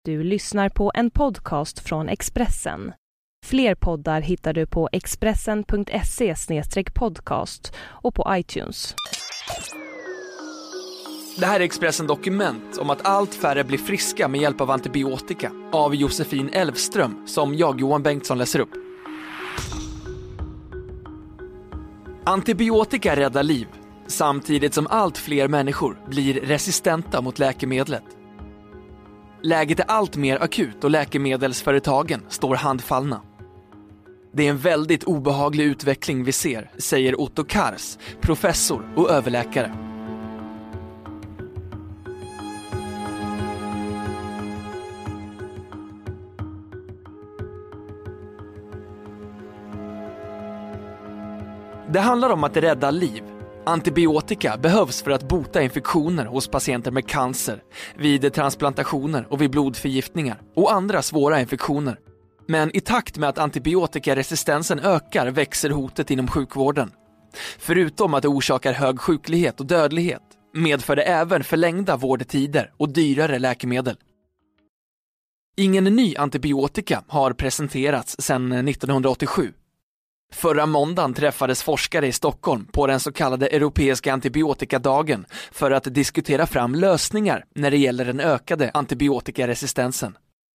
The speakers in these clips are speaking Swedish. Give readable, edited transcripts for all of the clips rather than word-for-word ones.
Du lyssnar på en podcast från Expressen. Fler poddar hittar du på expressen.se/podcast och på iTunes. Det här är Expressen Dokument om att allt färre blir friska med hjälp av antibiotika av Josefin Elfström, som jag, Johan Bengtsson, läser upp. Antibiotika räddar liv, samtidigt som allt fler människor blir resistenta mot läkemedlet. Läget är allt mer akut och läkemedelsföretagen står handfallna. Det är en väldigt obehaglig utveckling vi ser, säger Otto Kars, professor och överläkare. Det handlar om att rädda liv. Antibiotika behövs för att bota infektioner hos patienter med cancer, vid transplantationer och vid blodförgiftningar och andra svåra infektioner. Men i takt med att antibiotikaresistensen ökar växer hotet inom sjukvården. Förutom att det orsakar hög sjuklighet och dödlighet medför det även förlängda vårdtider och dyrare läkemedel. Ingen ny antibiotika har presenterats sedan 1987. Förra måndagen träffades forskare i Stockholm på den så kallade Europeiska antibiotikadagen för att diskutera fram lösningar när det gäller den ökade antibiotikaresistensen.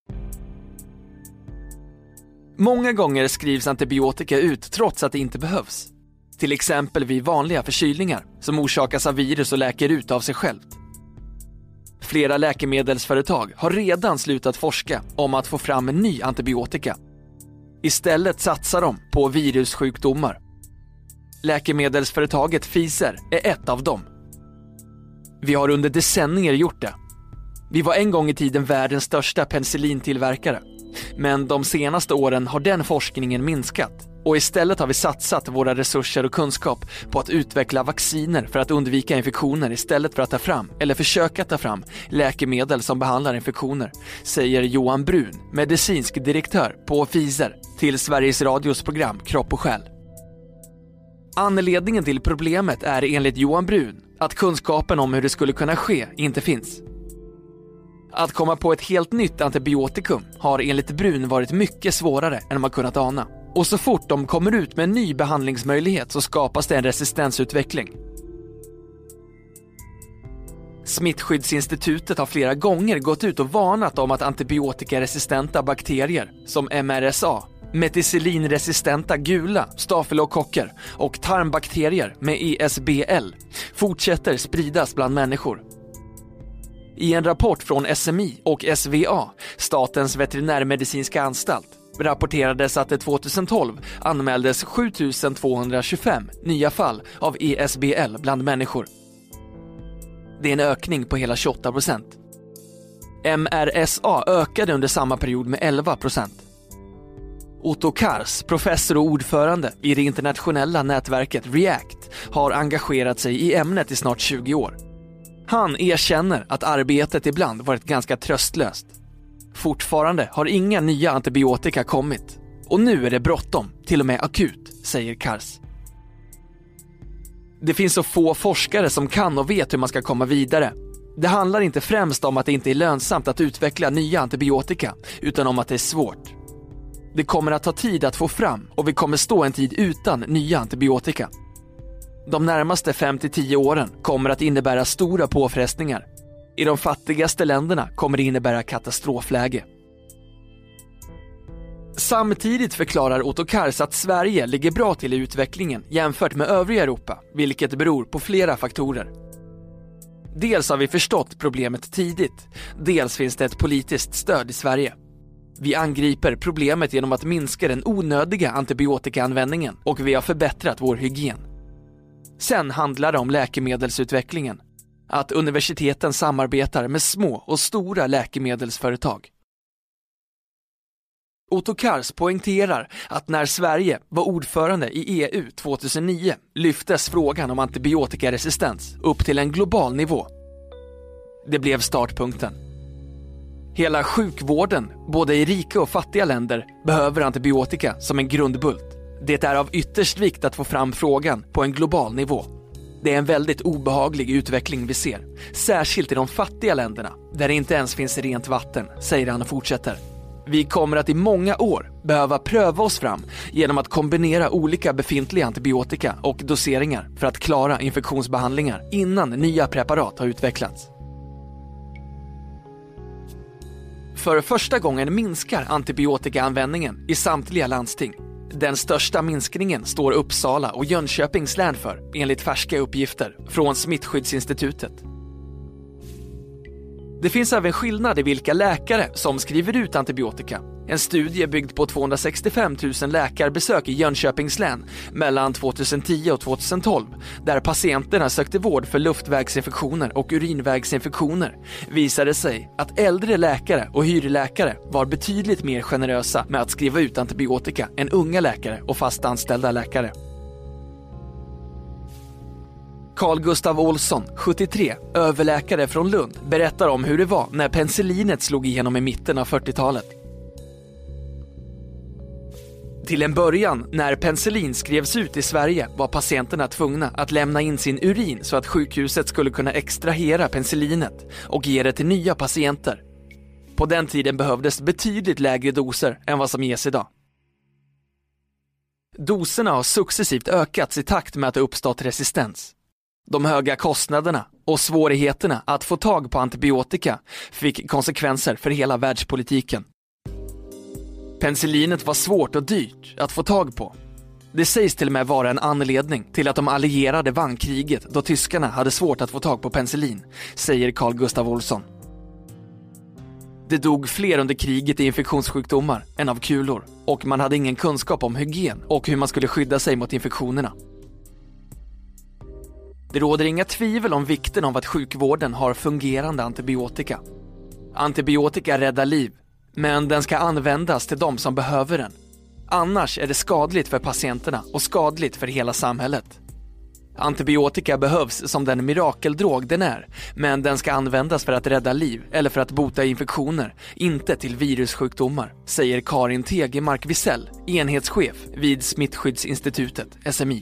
Många gånger skrivs antibiotika ut trots att det inte behövs. Till exempel vid vanliga förkylningar som orsakas av virus och läker ut av sig självt. Flera läkemedelsföretag har redan slutat forska om att få fram en ny antibiotika. Istället satsar de på virussjukdomar. Läkemedelsföretaget Pfizer är ett av dem. Vi har under decennier gjort det. Vi var en gång i tiden världens största penicillintillverkare. Men de senaste åren har den forskningen minskat. Och istället har vi satsat våra resurser och kunskap på att utveckla vacciner för att undvika infektioner istället för att ta fram eller försöka ta fram läkemedel som behandlar infektioner, säger Johan Brun, medicinsk direktör på Pfizer, till Sveriges Radios program Kropp och själ. Anledningen till problemet är enligt Johan Brun att kunskapen om hur det skulle kunna ske inte finns. Att komma på ett helt nytt antibiotikum har enligt Brun varit mycket svårare än man kunnat ana. Och så fort de kommer ut med en ny behandlingsmöjlighet så skapas det en resistensutveckling. Smittskyddsinstitutet har flera gånger gått ut och varnat om att antibiotikaresistenta bakterier som MRSA, meticillinresistenta gula stafylokocker och tarmbakterier med ESBL fortsätter spridas bland människor. I en rapport från SMI och SVA, Statens veterinärmedicinska anstalt, rapporterades att det 2012 anmäldes 7225 nya fall av ESBL bland människor. Det är en ökning på hela 28%. MRSA ökade under samma period med 11%. Otto Kars, professor och ordförande i det internationella nätverket REACT, har engagerat sig i ämnet i snart 20 år. Han erkänner att arbetet ibland varit ganska tröstlöst. Fortfarande har inga nya antibiotika kommit. Och nu är det bråttom, till och med akut, säger Kars. Det finns så få forskare som kan och vet hur man ska komma vidare. Det handlar inte främst om att det inte är lönsamt att utveckla nya antibiotika, utan om att det är svårt. Det kommer att ta tid att få fram och vi kommer stå en tid utan nya antibiotika. De närmaste 5-10 åren kommer att innebära stora påfrestningar. I de fattigaste länderna kommer det innebära katastrofläge. Samtidigt förklarar Otto Kars att Sverige ligger bra till i utvecklingen jämfört med övriga Europa, vilket beror på flera faktorer. Dels har vi förstått problemet tidigt, dels finns det ett politiskt stöd i Sverige. Vi angriper problemet genom att minska den onödiga antibiotikaanvändningen och vi har förbättrat vår hygien. Sen handlar det om läkemedelsutvecklingen. Att universiteten samarbetar med små och stora läkemedelsföretag. Otto Kars poängterar att när Sverige var ordförande i EU 2009 lyftes frågan om antibiotikaresistens upp till en global nivå. Det blev startpunkten. Hela sjukvården, både i rika och fattiga länder, behöver antibiotika som en grundbult. Det är av ytterst vikt att få fram frågan på en global nivå. Det är en väldigt obehaglig utveckling vi ser, särskilt i de fattiga länderna där det inte ens finns rent vatten, säger han och fortsätter. Vi kommer att i många år behöva pröva oss fram genom att kombinera olika befintliga antibiotika och doseringar för att klara infektionsbehandlingar innan nya preparat har utvecklats. För första gången minskar antibiotikaanvändningen i samtliga landsting. Den största minskningen står Uppsala och Jönköpings län för, enligt färska uppgifter från Smittskyddsinstitutet. Det finns även skillnad i vilka läkare som skriver ut antibiotika. En studie byggd på 265 000 läkarbesök i Jönköpings län mellan 2010 och 2012, där patienterna sökte vård för luftvägsinfektioner och urinvägsinfektioner, visade sig att äldre läkare och hyrläkare var betydligt mer generösa med att skriva ut antibiotika än unga läkare och fast anställda läkare. Carl Gustav Olsson, 73, överläkare från Lund, berättar om hur det var när penicillinet slog igenom i mitten av 40-talet. Till en början, när penicillin skrevs ut i Sverige, var patienterna tvungna att lämna in sin urin så att sjukhuset skulle kunna extrahera penicillinet och ge det till nya patienter. På den tiden behövdes betydligt lägre doser än vad som ges idag. Doserna har successivt ökats i takt med att det uppstått resistens. De höga kostnaderna och svårigheterna att få tag på antibiotika fick konsekvenser för hela världspolitiken. Penicillinet var svårt och dyrt att få tag på. Det sägs till och med vara en anledning till att de allierade vann kriget då tyskarna hade svårt att få tag på penicillin, säger Carl Gustav Olsson. Det dog fler under kriget i infektionssjukdomar än av kulor, och man hade ingen kunskap om hygien och hur man skulle skydda sig mot infektionerna. Det råder inga tvivel om vikten av att sjukvården har fungerande antibiotika. Antibiotika räddar liv, men den ska användas till de som behöver den. Annars är det skadligt för patienterna och skadligt för hela samhället. Antibiotika behövs som den mirakeldrog den är, men den ska användas för att rädda liv eller för att bota infektioner, inte till virussjukdomar, säger Karin Tegemark Wisell, enhetschef vid Smittskyddsinstitutet, SMI.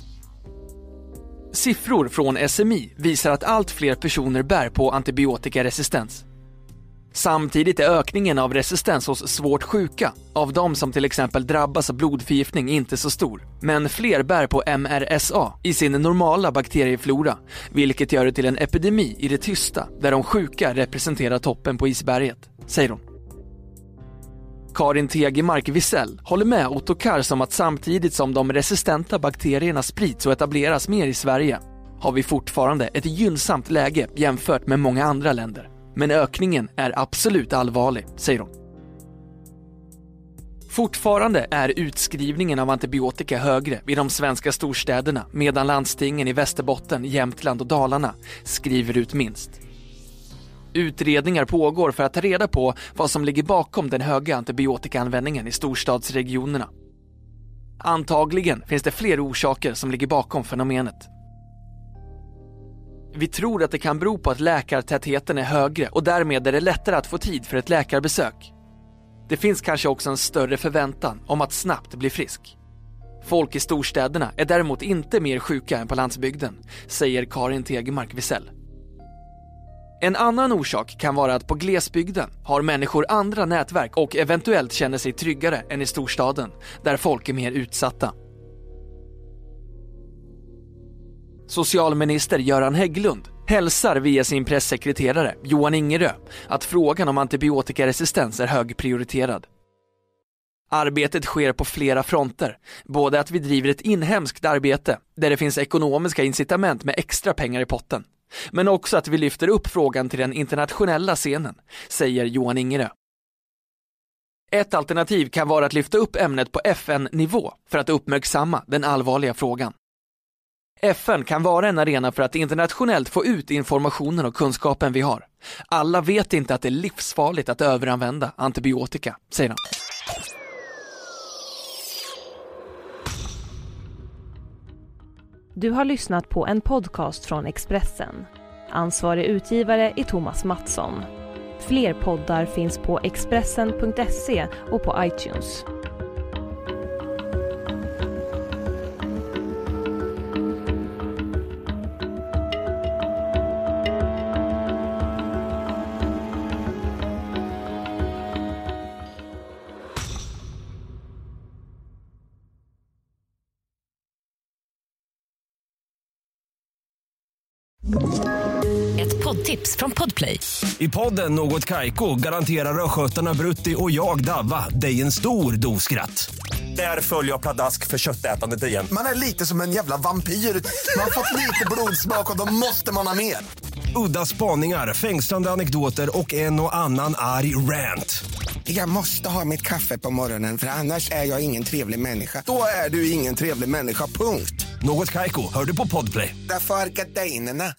Siffror från SMI visar att allt fler personer bär på antibiotikaresistens. Samtidigt är ökningen av resistens hos svårt sjuka, av de som till exempel drabbas av blodförgiftning, inte så stor. Men fler bär på MRSA i sin normala bakterieflora, vilket gör det till en epidemi i det tysta, där de sjuka representerar toppen på isberget, säger hon. Karin Tegemark Wisell håller med Ottokar som att samtidigt som de resistenta bakterierna sprids och etableras mer i Sverige har vi fortfarande ett gynnsamt läge jämfört med många andra länder. Men ökningen är absolut allvarlig, säger hon. Fortfarande är utskrivningen av antibiotika högre vid de svenska storstäderna, medan landstingen i Västerbotten, Jämtland och Dalarna skriver ut minst. Utredningar pågår för att ta reda på vad som ligger bakom den höga antibiotikaanvändningen i storstadsregionerna. Antagligen finns det fler orsaker som ligger bakom fenomenet. Vi tror att det kan bero på att läkartätheten är högre och därmed är det lättare att få tid för ett läkarbesök. Det finns kanske också en större förväntan om att snabbt bli frisk. Folk i storstäderna är däremot inte mer sjuka än på landsbygden, säger Karin Tegemark Wisell. En annan orsak kan vara att på glesbygden har människor andra nätverk och eventuellt känner sig tryggare än i storstaden, där folk är mer utsatta. Socialminister Göran Hägglund hälsar via sin pressekreterare Johan Ingerö att frågan om antibiotikaresistens är högprioriterad. Arbetet sker på flera fronter, både att vi driver ett inhemskt arbete där det finns ekonomiska incitament med extra pengar i potten, men också att vi lyfter upp frågan till den internationella scenen, säger Johan Ingerö. Ett alternativ kan vara att lyfta upp ämnet på FN-nivå för att uppmärksamma den allvarliga frågan. FN kan vara en arena för att internationellt få ut informationen och kunskapen vi har. Alla vet inte att det är livsfarligt att överanvända antibiotika, säger han. Du har lyssnat på en podcast från Expressen. Ansvarig utgivare är Thomas Mattsson. Fler poddar finns på Expressen.se och på iTunes. Ett poddtips från Podplay. I podden Något Kaiko garanterar röskötarna Brutti och jag Davva dig en stor dos skratt. Där följer jag pladask för köttätandet igen. Man är lite som en jävla vampyr. Man har fått lite blodsmak och då måste man ha mer. Udda spaningar, fängslande anekdoter och en och annan arg rant. Jag måste ha mitt kaffe på morgonen för annars är jag ingen trevlig människa. Då är du ingen trevlig människa, punkt. Något Kaiko, hör du på Podplay. Därför är gardinerna.